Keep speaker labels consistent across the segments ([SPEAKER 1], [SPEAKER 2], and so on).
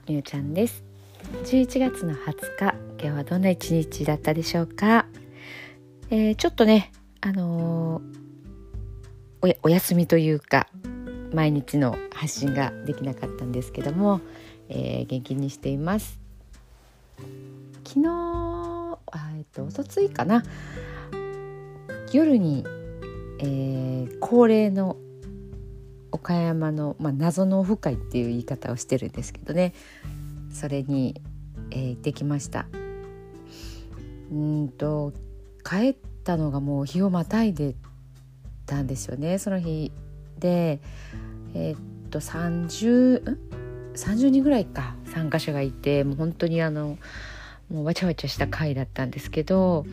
[SPEAKER 1] みゆちゃんです。11月の20日、今日はどんな一日だったでしょうか。ちょっとね、お休みというか毎日の発信ができなかったんですけども、元気にしています。昨日、おとついかな、夜に、恒例の岡山の、謎のオフ会っていう言い方をしてるんですけどね、それに、行ってきました。帰ったのがもう日をまたいでたんですよね、その日で。30人ぐらいか参加者がいて、もう本当にもうわちゃわちゃした会だったんですけど、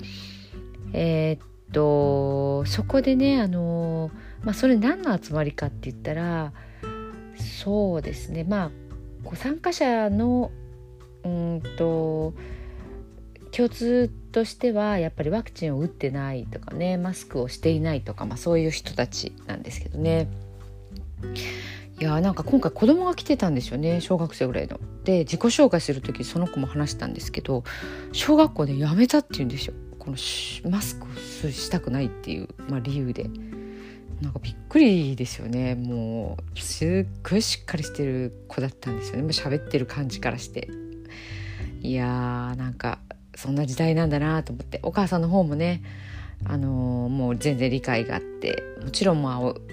[SPEAKER 1] そこでね、それ何の集まりかって言ったら、そうですね、参加者の共通としてはやっぱりワクチンを打ってないとかね、マスクをしていないとか、そういう人たちなんですけどね。いや、なんか今回子供が来てたんですよね、小学生ぐらいの。で、自己紹介する時その子も話したんですけど、小学校で辞めたって言うんですよ、このマスクをしたくないっていう、理由で。なんかびっくりですよね。もうすっごいしっかりしてる子だったんですよね、もう喋ってる感じからして。いやー、なんかそんな時代なんだなと思って、お母さんの方もね、もう全然理解があって、もちろん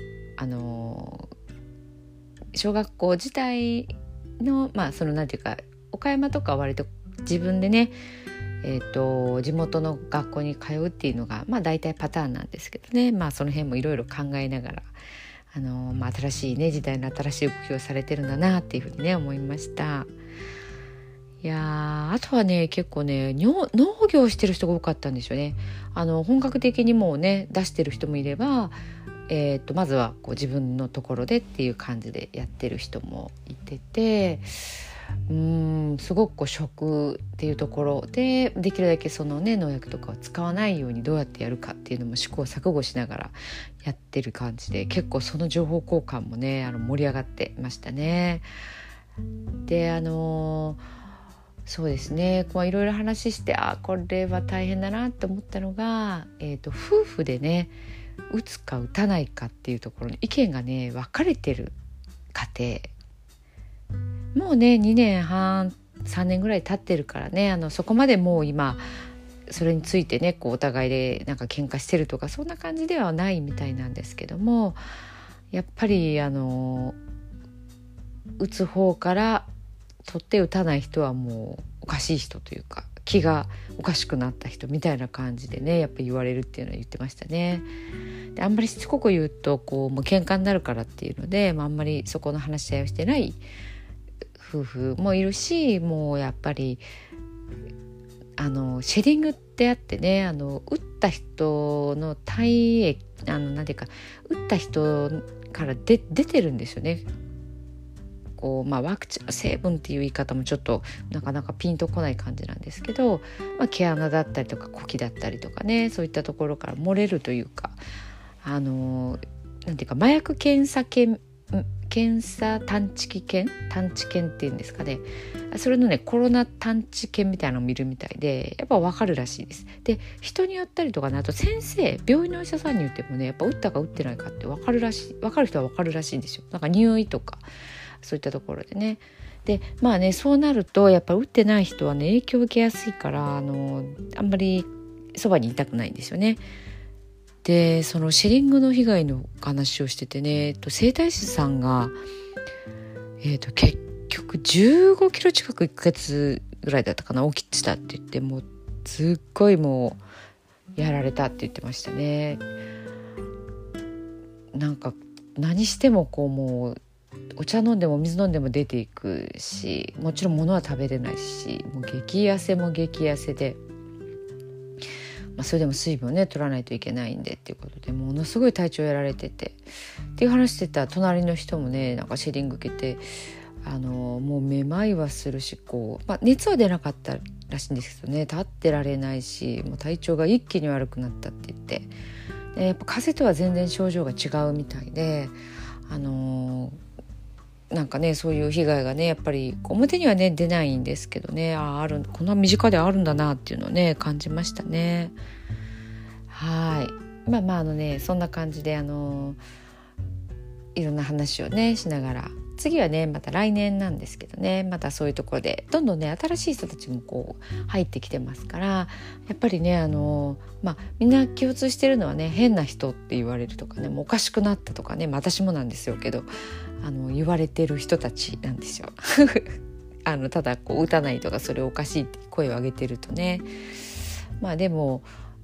[SPEAKER 1] 小学校自体のそのなんていうか、岡山とかは割と自分でね、地元の学校に通うっていうのが大体パターンなんですけどね。その辺もいろいろ考えながら、新しいね、時代の新しい動きをされてるんだなっていうふうにね、思いました。いや、あとはね、結構ね、農業してる人が多かったんですよね。本格的にもうね出してる人もいれば、まずはこう自分のところでっていう感じでやってる人もいてて、すごく食っていうところでできるだけそのね、農薬とかを使わないようにどうやってやるかっていうのも試行錯誤しながらやってる感じで、結構その情報交換もね、盛り上がってましたね。で、そうですね、いろいろ話して、これは大変だなと思ったのが、夫婦でね、打つか打たないかっていうところに意見がね分かれてる家庭、もうね2年半3年ぐらい経ってるからね、そこまでもう今それについてね、お互いでなんか喧嘩してるとかそんな感じではないみたいなんですけども、やっぱり打つ方から取って打たない人はもうおかしい人というか、気がおかしくなった人みたいな感じでね、やっぱり言われるっていうのは言ってましたね。で、あんまりしつこく言うともう喧嘩になるからっていうので、あんまりそこの話し合いをしてない夫婦もいるし、もうやっぱりシェディングってあってね、打った人の体液、なんていうか、打った人から出てるんですよね。ワクチンの成分っていう言い方もちょっとなかなかピンとこない感じなんですけど、毛穴だったりとか呼気だったりとかね、そういったところから漏れるというか、なんていうか、麻薬検査探知犬っていうんですかね、それのね、コロナ探知犬みたいなのを見るみたいで、やっぱ分かるらしいです。で、人によったりとかね、あと先生、病院のお医者さんに言ってもね、やっぱ打ったか打ってないかって分かる人は分かるらしいんですよ。なんか匂いとかそういったところでね。で、そうなるとやっぱ打ってない人はね、影響を受けやすいから、あんまりそばにいたくないんですよね。で、そのシェリングの被害の話をしててね、整体師さんが、結局15キロ近く1ヶ月ぐらいだったかな、起きてたって言って、もうすっごいもうやられたって言ってましたね。なんか何してももうお茶飲んでも水飲んでも出ていくし、もちろん物は食べれないし、もう激痩せで、それでも水分をね取らないといけないんでっていうことで、ものすごい体調やられててっていう話してた隣の人もね、なんかシェディング受けて、もうめまいはするし、熱は出なかったらしいんですけどね、立ってられないし、もう体調が一気に悪くなったって言って、でやっぱ風邪とは全然症状が違うみたいで、 なんかねそういう被害がねやっぱり表にはね出ないんですけどね、こんな身近であるんだなっていうのをね感じましたね。はい。そんな感じでいろんな話をねしながら、次はねまた来年なんですけどね、またそういうところでどんどんね新しい人たちもこう入ってきてますから、やっぱりねみんな共通してるのはね、変な人って言われるとかね、もうおかしくなったとかね、私もなんですよけど言われてる人たちなんですよただこう打たないとかそれおかしいって声を上げてるとね、でも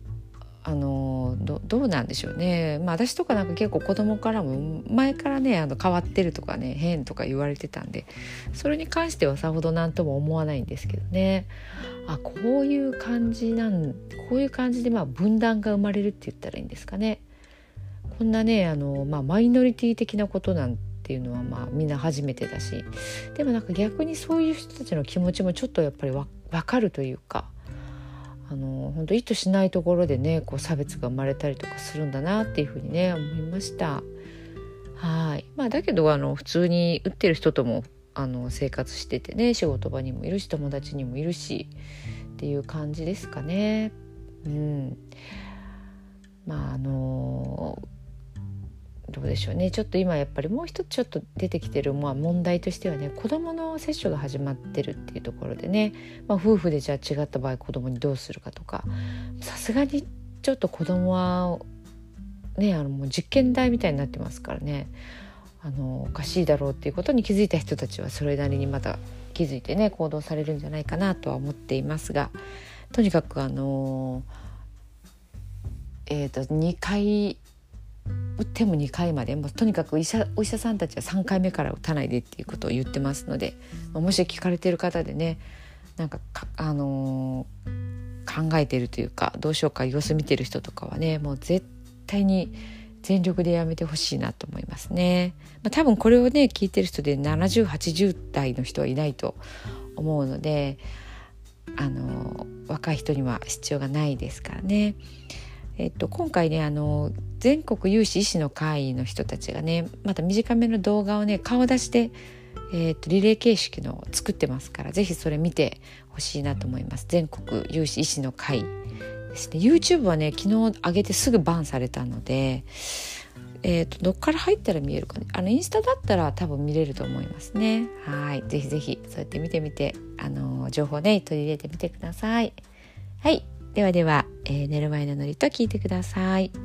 [SPEAKER 1] どうなんでしょうね。私とかなんか結構子供からも前からね変わってるとかね変とか言われてたんで、それに関してはさほどなんとも思わないんですけどね。こういう感じで分断が生まれるって言ったらいいんですかね。こんなねマイノリティ的なことなんていうのはみんな初めてだし、でもなんか逆にそういう人たちの気持ちもちょっとやっぱり分かるというか、本当意図しないところでねこう差別が生まれたりとかするんだなっていうふうにね思いました。はい。だけど普通に打ってる人とも生活しててね、仕事場にもいるし友達にもいるしっていう感じですかね。どうでしょうね。ちょっと今やっぱりもう一つちょっと出てきてる問題としてはね、子どもの接種が始まってるっていうところでね、夫婦でじゃあ違った場合子どもにどうするかとか、さすがにちょっと子どもはねもう実験台みたいになってますからね、おかしいだろうっていうことに気づいた人たちはそれなりにまた気づいてね行動されるんじゃないかなとは思っていますが、とにかく2回打っても2回までとにかくお医者さんたちは3回目から打たないでっていうことを言ってますので、もし聞かれている方でねなんか考えているというかどうしようか様子見てる人とかはね、もう絶対に全力でやめてほしいなと思いますね。多分これをね聞いてる人で70、80代の人はいないと思うので、若い人には必要がないですからね。今回ね全国有志医師の会の人たちがねまた短めの動画をね顔出して、リレー形式の作ってますから、ぜひそれ見てほしいなと思います。全国有志医師の会ですね。 YouTube はね昨日上げてすぐバンされたので、どっから入ったら見えるかね、インスタだったら多分見れると思いますね。はい、ぜひぜひそうやって見てみて情報ね取り入れてみてください。はい、では、寝る前のノリと聞いてください。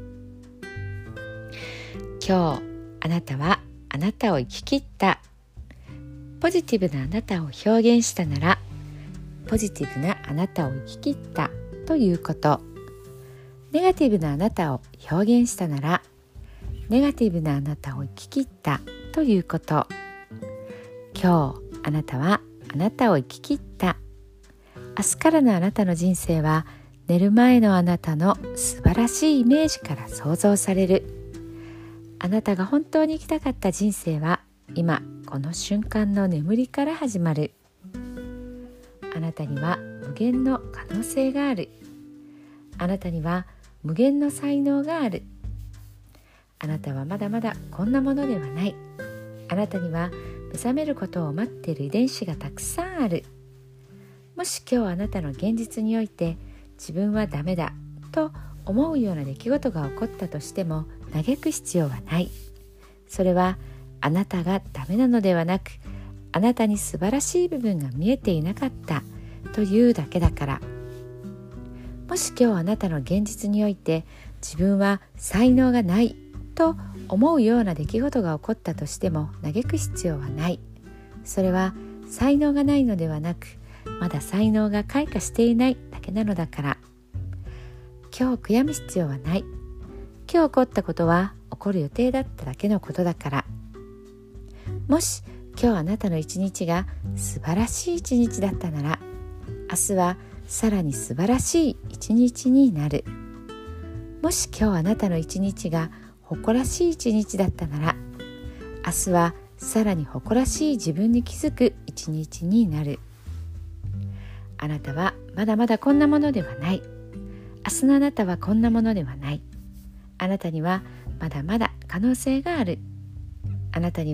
[SPEAKER 1] 今日あなたはあなたを生き切った。ポジティブなあなたを表現したなら、ポジティブなあなたを生き切ったということ。ネガティブなあなたを表現したなら、ネガティブなあなたを生き切ったということ。今日あなたはあなたを生き切った。明日からのあなたの人生は寝る前のあなたの素晴らしいイメージから想像される。あなたが本当に生きたかった人生は今この瞬間の眠りから始まる。あなたには無限の可能性がある。あなたには無限の才能がある。あなたはまだまだこんなものではない。あなたには目覚めることを待っている遺伝子がたくさんある。もし今日あなたの現実において自分はダメだと思うような出来事が起こったとしても嘆く必要はない。それはあなたがダメなのではなく、あなたに素晴らしい部分が見えていなかったというだけだから。もし今日あなたの現実において自分は才能がないと思うような出来事が起こったとしても嘆く必要はない。それは才能がないのではなく、まだ才能が開花していないだけなのだから。今日悔やむ必要はない。今日起こったことは起こる予定だっただけのことだから。もし今日あなたの一日が素晴らしい一日だったなら、明日はさらに素晴らしい一日になる。もし今日あなたの一日が誇らしい一日だったなら、明日はさらに誇らしい自分に気づく一日になる。あなたはまだまだこんなものではない。明日のあなたはこんなものではない。あなたにはまだまだ可能性がある。あなたには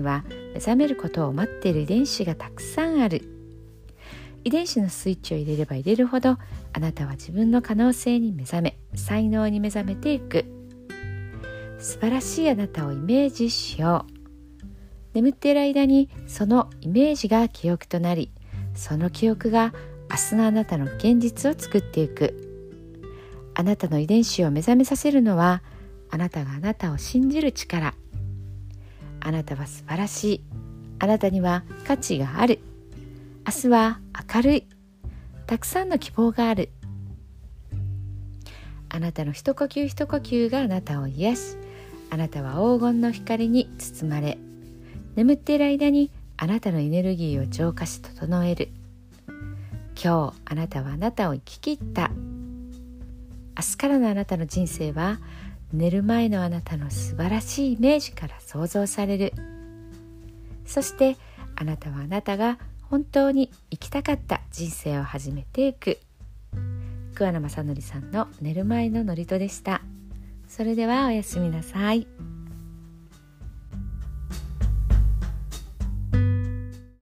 [SPEAKER 1] 目覚めることを待っている遺伝子がたくさんある。遺伝子のスイッチを入れれば入れるほど、あなたは自分の可能性に目覚め、才能に目覚めていく。素晴らしいあなたをイメージしよう。眠っている間にそのイメージが記憶となり、その記憶が明日のあなたの現実を作っていく。あなたの遺伝子を目覚めさせるのは、あなたがあなたを信じる力。あなたは素晴らしい。あなたには価値がある。明日は明るい。たくさんの希望がある。あなたの一呼吸一呼吸があなたを癒し、あなたは黄金の光に包まれ、眠っている間にあなたのエネルギーを浄化し整える。今日あなたはあなたを生き切った。明日からのあなたの人生は、寝る前のあなたの素晴らしいイメージから想像される。そしてあなたはあなたが本当に生きたかった人生を始めていく。桑名正則さんの寝る前の祝詞でした。それではおやすみなさい。